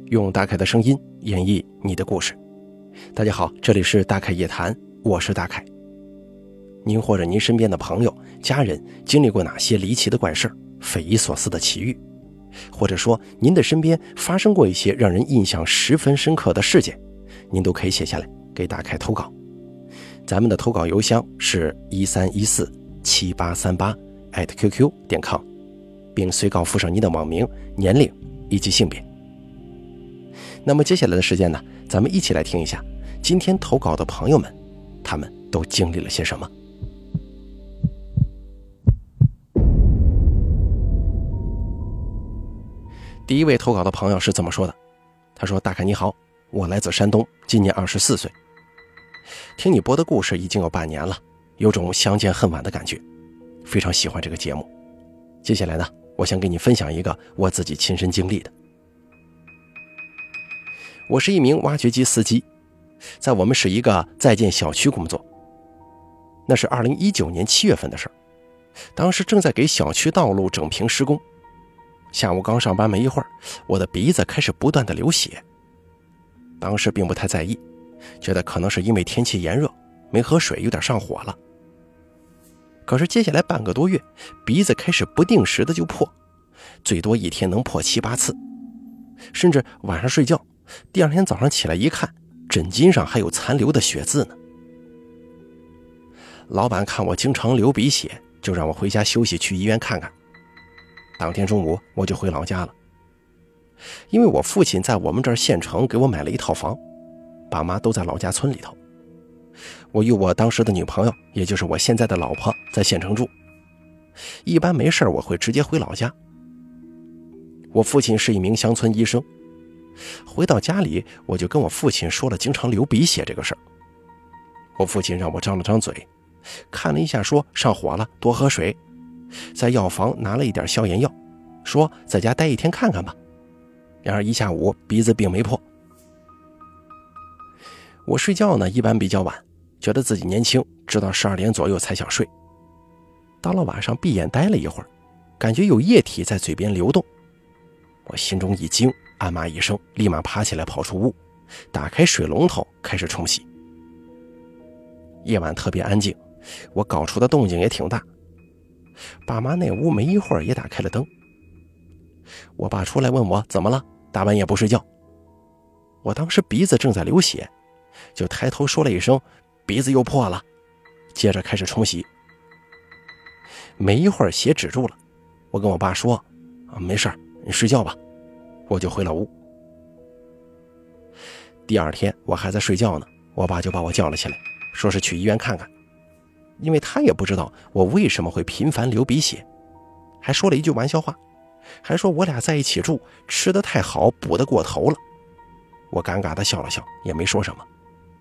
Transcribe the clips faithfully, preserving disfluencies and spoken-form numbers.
用大凯的声音演绎你的故事。大家好，这里是大凯夜谈，我是大凯。您或者您身边的朋友、家人经历过哪些离奇的怪事、匪夷所思的奇遇，或者说您的身边发生过一些让人印象十分深刻的事件，您都可以写下来给大凯投稿。咱们的投稿邮箱是一三一四七八三八 at qq 点 com， 并随稿附上您的网名、年龄以及性别。那么接下来的时间呢，咱们一起来听一下今天投稿的朋友们，他们都经历了些什么。第一位投稿的朋友是这么说的，他说：大凯你好，我来自山东，今年二十四岁，听你播的故事已经有半年了，有种相见恨晚的感觉，非常喜欢这个节目。接下来呢，我想给你分享一个我自己亲身经历的。我是一名挖掘机司机，在我们市一个在建小区工作。那是二零一九年七月份的事儿，当时正在给小区道路整平施工。下午刚上班没一会儿，我的鼻子开始不断的流血。当时并不太在意，觉得可能是因为天气炎热，没喝水有点上火了。可是接下来半个多月，鼻子开始不定时的就破，最多一天能破七八次，甚至晚上睡觉，第二天早上起来一看，枕巾上还有残留的血渍呢。老板看我经常流鼻血，就让我回家休息，去医院看看。当天中午我就回老家了，因为我父亲在我们这儿县城给我买了一套房，爸妈都在老家村里头。我与我当时的女朋友，也就是我现在的老婆，在县城住。一般没事我会直接回老家。我父亲是一名乡村医生，回到家里我就跟我父亲说了经常流鼻血这个事儿。我父亲让我张了张嘴，看了一下说上火了，多喝水，在药房拿了一点消炎药，说在家待一天看看吧。然而一下午鼻子并没破。我睡觉呢一般比较晚，觉得自己年轻，直到十二点左右才想睡。到了晚上闭眼待了一会儿，感觉有液体在嘴边流动。我心中一惊，暗骂一声，立马爬起来跑出屋，打开水龙头开始冲洗。夜晚特别安静，我搞出的动静也挺大。爸妈那屋没一会儿也打开了灯。我爸出来问我怎么了，大半夜不睡觉。我当时鼻子正在流血，就抬头说了一声鼻子又破了，接着开始冲洗。没一会儿血止住了，我跟我爸说啊，没事你睡觉吧，我就回了屋。第二天我还在睡觉呢，我爸就把我叫了起来，说是去医院看看，因为他也不知道我为什么会频繁流鼻血，还说了一句玩笑话，还说我俩在一起住，吃得太好，补得过头了。我尴尬地笑了笑，也没说什么。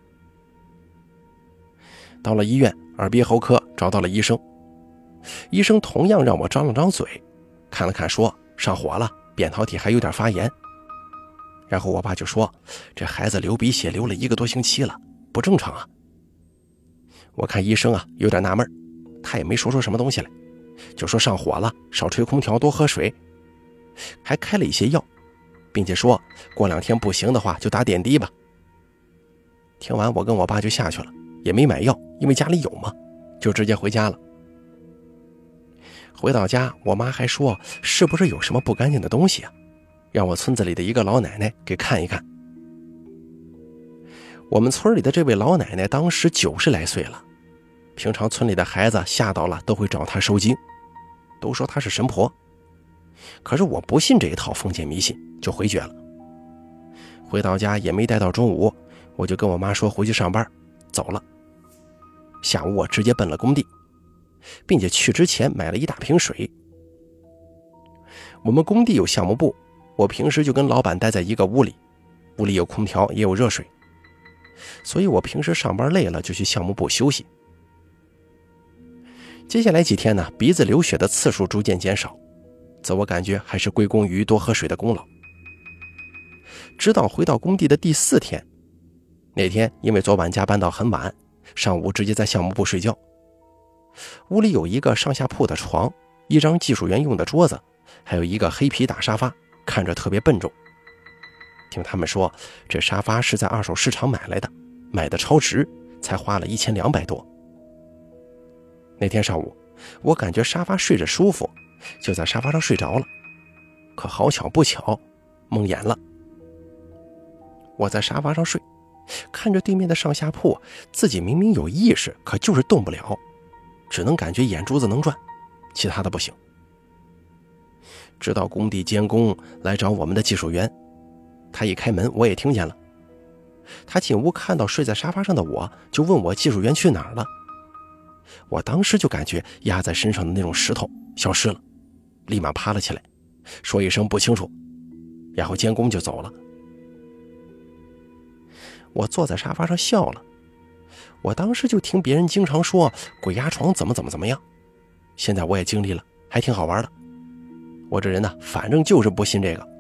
到了医院，耳鼻喉科找到了医生，医生同样让我张了张嘴，看了看说上火了，扁桃体还有点发炎。然后我爸就说这孩子流鼻血流了一个多星期了，不正常啊。我看医生啊有点纳闷，他也没说出什么东西来，就说上火了，少吹空调，多喝水，还开了一些药，并且说过两天不行的话就打点滴吧。听完我跟我爸就下去了，也没买药，因为家里有嘛，就直接回家了。回到家我妈还说是不是有什么不干净的东西啊，让我村子里的一个老奶奶给看一看。我们村里的这位老奶奶当时九十来岁了，平常村里的孩子吓到了都会找她收惊，都说她是神婆。可是我不信这一套封建迷信，就回绝了。回到家也没待到中午，我就跟我妈说回去上班，走了。下午我直接奔了工地，并且去之前买了一大瓶水。我们工地有项目部，我平时就跟老板待在一个屋里，屋里有空调也有热水，所以我平时上班累了就去项目部休息。接下来几天呢，鼻子流血的次数逐渐减少，自我感觉还是归功于多喝水的功劳。直到回到工地的第四天，那天因为昨晚加班到很晚，上午直接在项目部睡觉。屋里有一个上下铺的床，一张技术员用的桌子，还有一个黑皮大沙发，看着特别笨重。 听他们说，这沙发是在二手市场买来的，买的超值，才花了一千两百多。那天上午，我感觉沙发睡着舒服，就在沙发上睡着了。可好巧不巧，蒙眼了。我在沙发上睡，看着对面的上下铺，自己明明有意识，可就是动不了，只能感觉眼珠子能转，其他的不行。直到工地监工来找我们的技术员，他一开门我也听见了。他进屋看到睡在沙发上的我，就问我技术员去哪儿了。我当时就感觉压在身上的那种石头消失了，立马爬了起来，说一声不清楚，然后监工就走了。我坐在沙发上笑了，我当时就听别人经常说鬼压床怎么怎么怎么样，现在我也经历了，还挺好玩的。我这人呢，反正就是不信这个。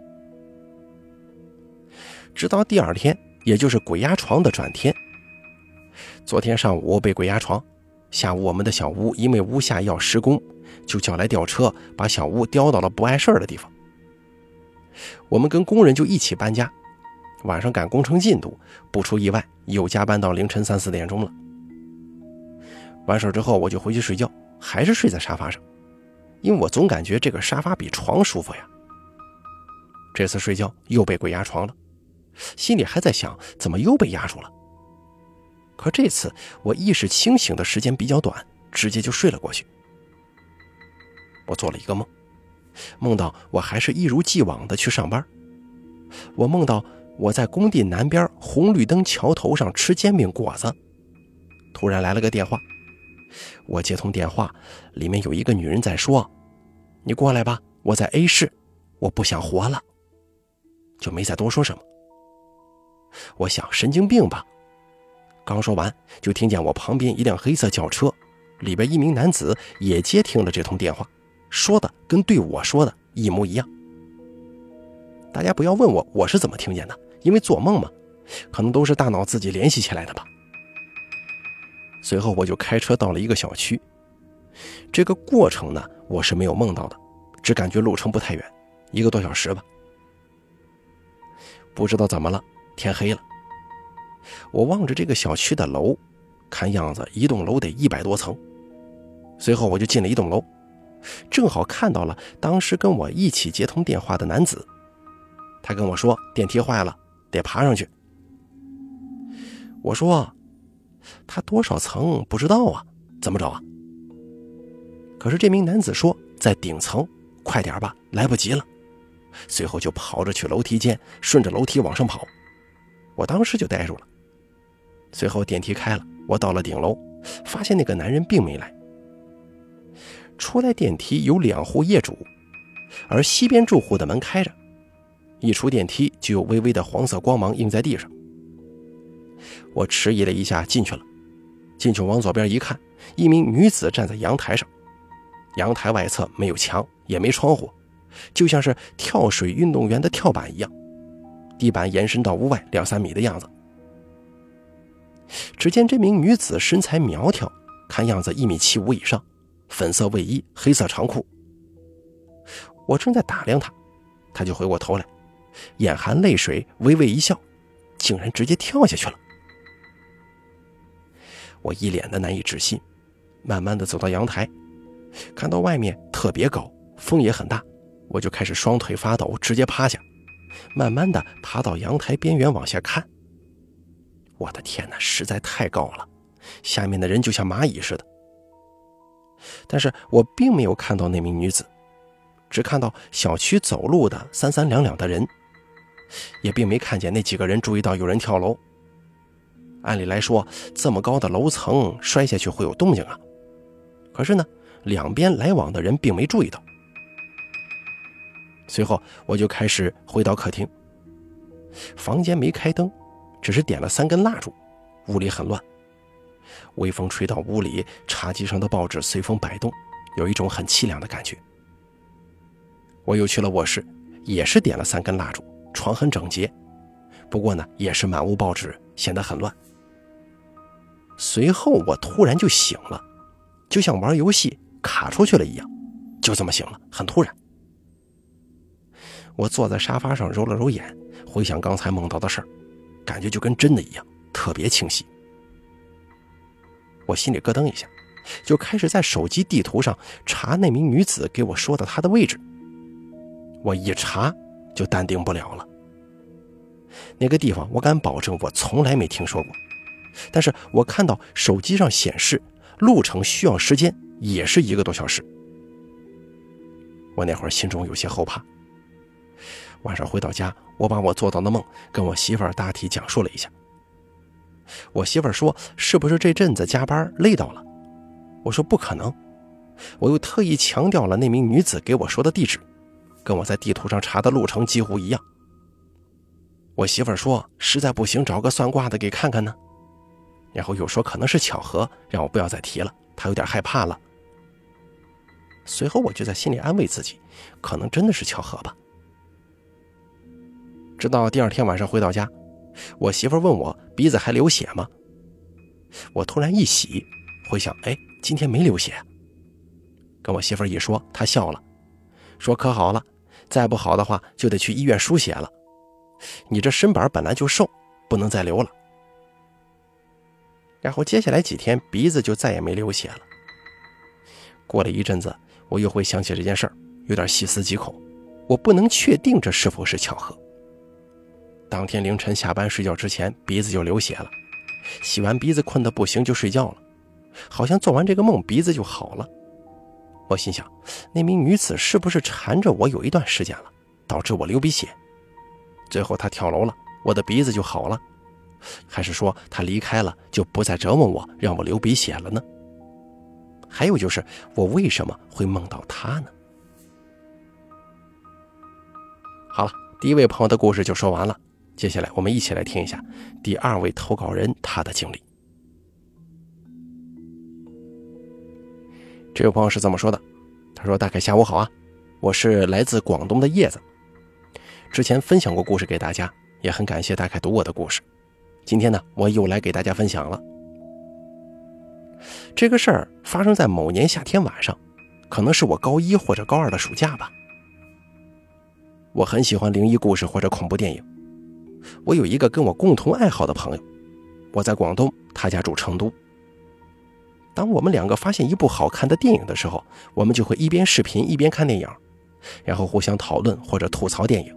直到第二天，也就是鬼压床的转天。昨天上午被鬼压床，下午我们的小屋因为屋下要施工，就叫来吊车把小屋吊到了不碍事儿的地方。我们跟工人就一起搬家，晚上赶工程进度，不出意外又加班到凌晨三四点钟了。完事之后我就回去睡觉，还是睡在沙发上，因为我总感觉这个沙发比床舒服呀。这次睡觉又被鬼压床了，心里还在想怎么又被压住了。可这次我意识清醒的时间比较短，直接就睡了过去。我做了一个梦，梦到我还是一如既往的去上班。我梦到我在工地南边红绿灯桥头上吃煎饼果子，突然来了个电话。我接通电话，里面有一个女人在说：“你过来吧，我在 A 市，我不想活了。”就没再多说什么。我想神经病吧。刚说完，就听见我旁边一辆黑色轿车，里边一名男子也接听了这通电话，说的跟对我说的一模一样。大家不要问我我是怎么听见的，因为做梦嘛，可能都是大脑自己联系起来的吧。随后我就开车到了一个小区，这个过程呢，我是没有梦到的，只感觉路程不太远，一个多小时吧。不知道怎么了，天黑了，我望着这个小区的楼，看样子一栋楼得一百多层。随后我就进了一栋楼，正好看到了当时跟我一起接通电话的男子。他跟我说电梯坏了，得爬上去。我说他多少层不知道啊，怎么找啊？可是这名男子说在顶层，快点吧，来不及了。随后就跑着去楼梯间，顺着楼梯往上跑。我当时就呆住了。随后电梯开了，我到了顶楼，发现那个男人并没来。出来电梯有两户业主，而西边住户的门开着，一出电梯就有微微的黄色光芒映在地上。我迟疑了一下进去了，进去往左边一看，一名女子站在阳台上，阳台外侧没有墙也没窗户，就像是跳水运动员的跳板一样，地板延伸到屋外两三米的样子。只见这名女子身材苗条，看样子一米七五以上，粉色卫衣，黑色长裤。我正在打量她，她就回过头来，眼含泪水，微微一笑，竟然直接跳下去了。我一脸的难以置信，慢慢的走到阳台，看到外面特别高，风也很大，我就开始双腿发抖，直接趴下，慢慢的爬到阳台边缘往下看。我的天哪，实在太高了，下面的人就像蚂蚁似的。但是我并没有看到那名女子，只看到小区走路的三三两两的人，也并没看见那几个人注意到有人跳楼。按理来说，这么高的楼层摔下去会有动静啊，可是呢，两边来往的人并没注意到。随后我就开始回到客厅，房间没开灯，只是点了三根蜡烛，屋里很乱，微风吹到屋里，茶几上的报纸随风摆动，有一种很凄凉的感觉。我又去了卧室，也是点了三根蜡烛，床很整洁，不过呢，也是满屋报纸，显得很乱。随后我突然就醒了，就像玩游戏卡出去了一样，就这么醒了，很突然。我坐在沙发上揉了揉眼， 回想刚才梦到的事儿，感觉就跟真的一样，特别清晰。我心里咯噔一下，就开始在手机地图上查那名女子给我说的她的位置。我一查就淡定不了了。那个地方我敢保证我从来没听说过，但是我看到手机上显示路程需要时间也是一个多小时。我那会儿心中有些后怕。晚上回到家，我把我做到的梦跟我媳妇儿大体讲述了一下。我媳妇儿说是不是这阵子加班累到了？我说不可能。我又特意强调了那名女子给我说的地址，跟我在地图上查的路程几乎一样。我媳妇儿说实在不行找个算卦的给看看呢，然后又说可能是巧合，让我不要再提了，她有点害怕了。随后我就在心里安慰自己，可能真的是巧合吧。直到第二天晚上回到家，我媳妇儿问我鼻子还流血吗？我突然一喜，回想，哎，今天没流血。跟我媳妇儿一说，她笑了，说可好了，再不好的话就得去医院输血了。你这身板本来就瘦，不能再流了。然后接下来几天鼻子就再也没流血了。过了一阵子，我又会想起这件事儿，有点细思极恐。我不能确定这是否是巧合。当天凌晨下班睡觉之前，鼻子就流血了，洗完鼻子困得不行就睡觉了，好像做完这个梦鼻子就好了。我心想，那名女子是不是缠着我有一段时间了，导致我流鼻血？最后她跳楼了，我的鼻子就好了？还是说她离开了就不再折磨我，让我流鼻血了呢？还有就是我为什么会梦到她呢？好了，第一位朋友的故事就说完了，接下来我们一起来听一下第二位投稿人他的经历。这位朋友是这么说的，他说大概下午好啊，我是来自广东的叶子，之前分享过故事给大家，也很感谢大概读我的故事，今天呢我又来给大家分享了。这个事儿发生在某年夏天晚上，可能是我高一或者高二的暑假吧。我很喜欢灵异故事或者恐怖电影，我有一个跟我共同爱好的朋友，我在广东，他家住成都。当我们两个发现一部好看的电影的时候，我们就会一边视频一边看电影，然后互相讨论或者吐槽电影。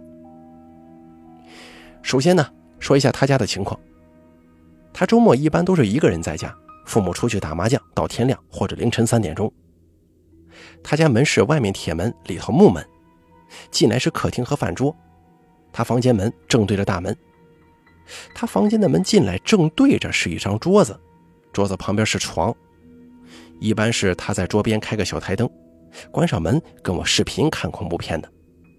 首先呢，说一下他家的情况。他周末一般都是一个人在家，父母出去打麻将到天亮或者凌晨三点钟。他家门是外面铁门，里头木门，进来是客厅和饭桌，他房间门正对着大门。他房间的门进来正对着是一张桌子，桌子旁边是床，一般是他在桌边开个小台灯，关上门跟我视频看恐怖片的。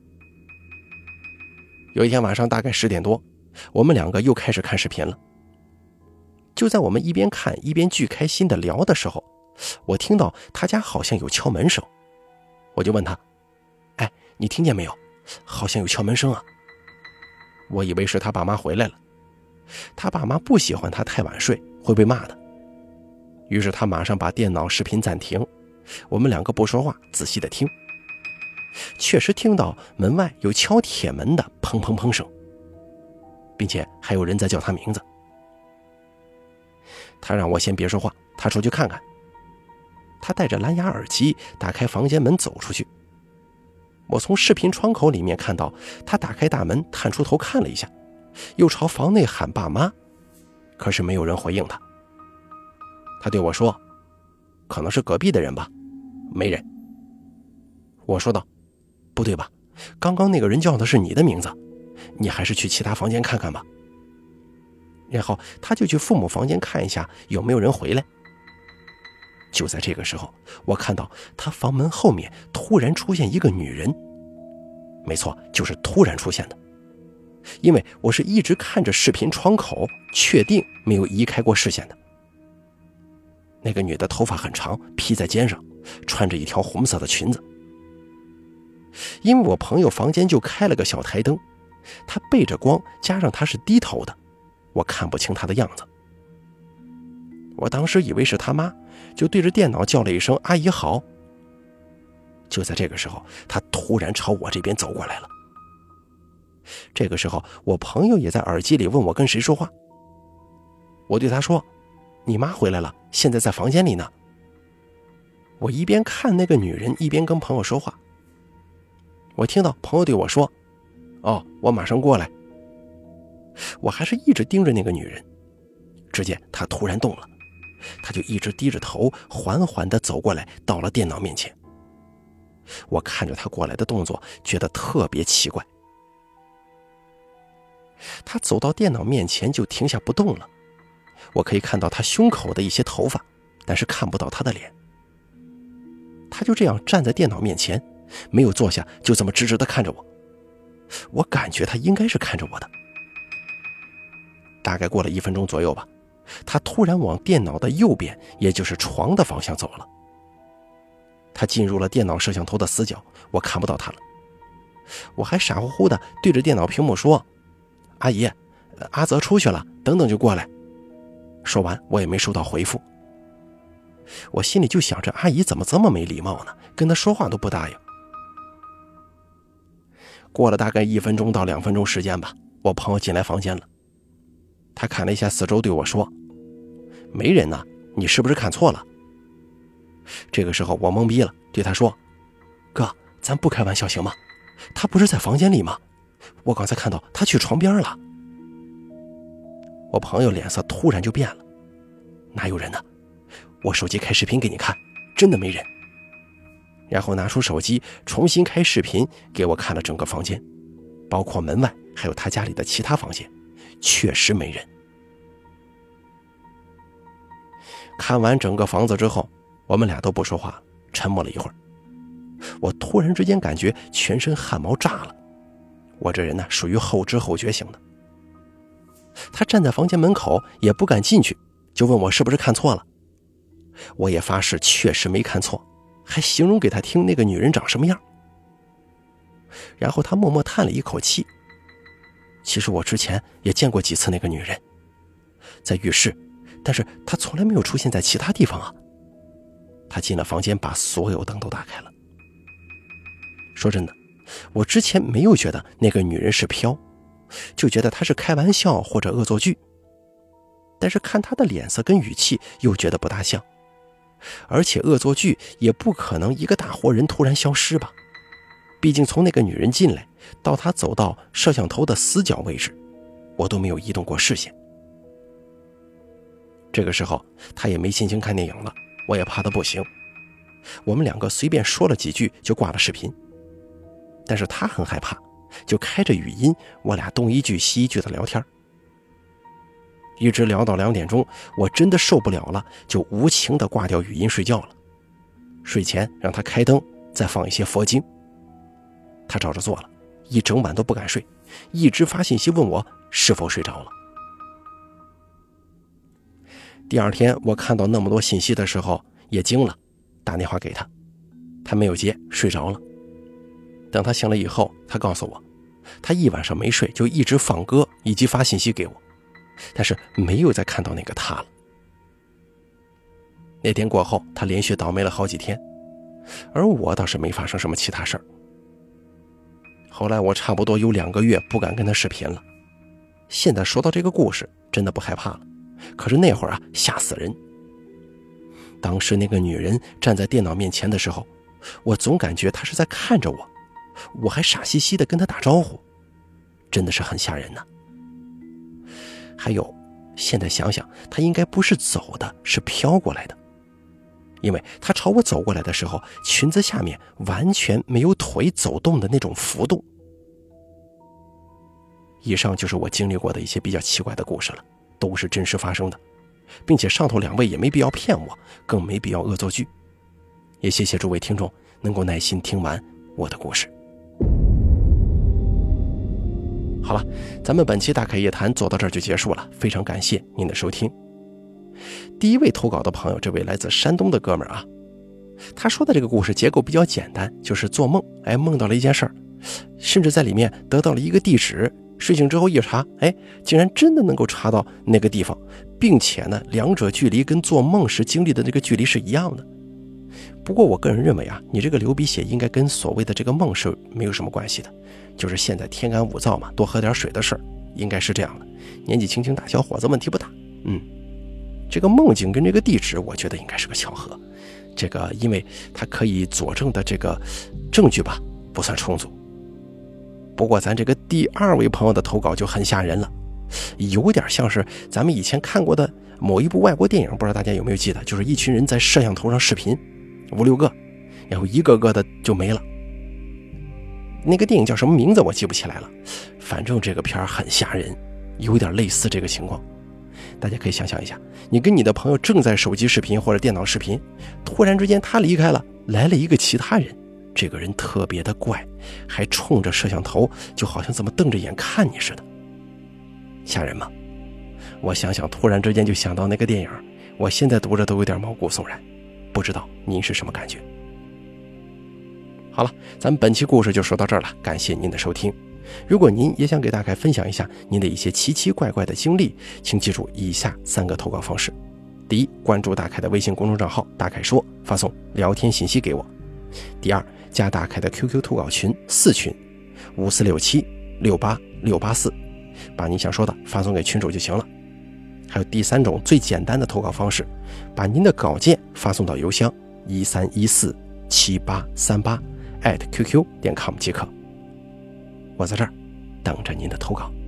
有一天晚上大概十点多，我们两个又开始看视频了。就在我们一边看一边巨开心的聊的时候，我听到他家好像有敲门声，我就问他，哎，你听见没有？好像有敲门声啊。我以为是他爸妈回来了，他爸妈不喜欢他太晚睡，会被骂的。于是他马上把电脑视频暂停，我们两个不说话，仔细的听。确实听到门外有敲铁门的砰砰砰声，并且还有人在叫他名字。他让我先别说话，他出去看看。他戴着蓝牙耳机打开房间门走出去。我从视频窗口里面看到他打开大门探出头看了一下，又朝房内喊爸妈，可是没有人回应他。他对我说，可能是隔壁的人吧，没人。我说道，不对吧，刚刚那个人叫的是你的名字，你还是去其他房间看看吧。然后他就去父母房间看一下有没有人回来。就在这个时候，我看到他房门后面突然出现一个女人，没错，就是突然出现的，因为我是一直看着视频窗口，确定没有移开过视线的。那个女的头发很长，披在肩上，穿着一条红色的裙子。因为我朋友房间就开了个小台灯，她背着光，加上她是低头的，我看不清她的样子。我当时以为是他妈，就对着电脑叫了一声阿姨好。就在这个时候，她突然朝我这边走过来了。 这个时候我朋友也在耳机里问我跟谁说话。我对他说，你妈回来了，现在在房间里呢。我一边看那个女人一边跟朋友说话。我听到朋友对我说，哦，我马上过来。我还是一直盯着那个女人，只见她突然动了，她就一直低着头缓缓地走过来，到了电脑面前。我看着她过来的动作觉得特别奇怪。她走到电脑面前就停下不动了，我可以看到她胸口的一些头发，但是看不到她的脸。她就这样站在电脑面前，没有坐下，就这么直直地看着我。我感觉她应该是看着我的。大概过了一分钟左右吧，她突然往电脑的右边，也就是床的方向走了。她进入了电脑摄像头的死角，我看不到她了。我还傻乎乎的对着电脑屏幕说，阿姨，阿泽出去了，等等就过来。说完我也没收到回复。我心里就想着，阿姨怎么这么没礼貌呢，跟她说话都不答应。过了大概一分钟到两分钟时间吧，我朋友进来房间了。他看了一下四周对我说，没人呢，你是不是看错了？这个时候我懵逼了，对他说，哥，咱不开玩笑行吗？他不是在房间里吗？我刚才看到他去床边了。我朋友脸色突然就变了，哪有人呢？我手机开视频给你看，真的没人。然后拿出手机重新开视频给我看了整个房间，包括门外还有他家里的其他房间，确实没人。看完整个房子之后，我们俩都不说话，沉默了一会儿。我突然之间感觉全身汗毛炸了，我这人呢属于后知后觉型的。他站在房间门口也不敢进去，就问我是不是看错了。我也发誓确实没看错，还形容给他听那个女人长什么样。然后他默默叹了一口气，其实我之前也见过几次那个女人，在浴室，但是她从来没有出现在其他地方啊。他进了房间，把所有灯都打开了。说真的，我之前没有觉得那个女人是飘，就觉得她是开玩笑或者恶作剧。但是看她的脸色跟语气又觉得不大像，而且恶作剧也不可能一个大活人突然消失吧，毕竟从那个女人进来到她走到摄像头的死角位置，我都没有移动过视线。这个时候她也没心情看电影了，我也怕得不行，我们两个随便说了几句就挂了视频。但是她很害怕，就开着语音，我俩东一句西一句的聊天，一直聊到两点钟，我真的受不了了，就无情地挂掉语音睡觉了。睡前让她开灯，再放一些佛经。她照着做了，一整晚都不敢睡，一直发信息问我是否睡着了。第二天我看到那么多信息的时候也惊了，打电话给她，她没有接，睡着了。等她醒了以后，她告诉我，她一晚上没睡，就一直放歌以及发信息给我，但是没有再看到那个她了。那天过后，她连续倒霉了好几天，而我倒是没发生什么其他事儿。后来我差不多有两个月不敢跟她视频了。现在说到这个故事，真的不害怕了，可是那会儿啊，吓死人。当时那个女人站在电脑面前的时候，我总感觉她是在看着我，我还傻兮兮的跟她打招呼，真的是很吓人呢。还有，现在想想，她应该不是走的，是飘过来的，因为她朝我走过来的时候，裙子下面完全没有腿走动的那种浮动。以上就是我经历过的一些比较奇怪的故事了，都是真实发生的，并且上头两位也没必要骗我，更没必要恶作剧。也谢谢诸位听众能够耐心听完我的故事。好了，咱们本期大凯夜谈做到这儿就结束了，非常感谢您的收听。第一位投稿的朋友，这位来自山东的哥们儿啊，他说的这个故事结构比较简单，就是做梦，哎，梦到了一件事儿，甚至在里面得到了一个地址，睡醒之后一查，哎，竟然真的能够查到那个地方，并且呢，两者距离跟做梦时经历的这个距离是一样的。 不过我个人认为啊，你这个流鼻血应该跟所谓的这个梦是没有什么关系的，就是现在天干物燥嘛，多喝点水的事儿，应该是这样的。年纪轻轻大小伙子问题不大。嗯，这个梦境跟这个地址，我觉得应该是个巧合。这个因为它可以佐证的这个证据吧，不算充足。不过咱这个第二位朋友的投稿就很吓人了，有点像是咱们以前看过的某一部外国电影，不知道大家有没有记得，就是一群人在摄像头上视频，五六个，然后一个个的就没了。那个电影叫什么名字我记不起来了，反正这个片儿很吓人，有点类似这个情况。大家可以想象一下，你跟你的朋友正在手机视频或者电脑视频，突然之间他离开了，来了一个其他人，这个人特别的怪，还冲着摄像头，就好像这么瞪着眼看你似的，吓人吗？我想想突然之间就想到那个电影，我现在读着都有点毛骨悚然，不知道您是什么感觉。好了，咱们本期故事就说到这儿了，感谢您的收听。如果您也想给大概分享一下您的一些奇奇怪怪的经历，请记住以下三个投稿方式。第一，关注大凯的微信公众账号大凯说，发送聊天信息给我。第二，加大凯的 Q Q 投稿群四群五四六七六八六八四，把你想说的发送给群主就行了。还有第三种最简单的投稿方式，把您的稿件发送到邮箱一三一四七八三八 at qq 点 com 即可。我在这儿等着您的投稿。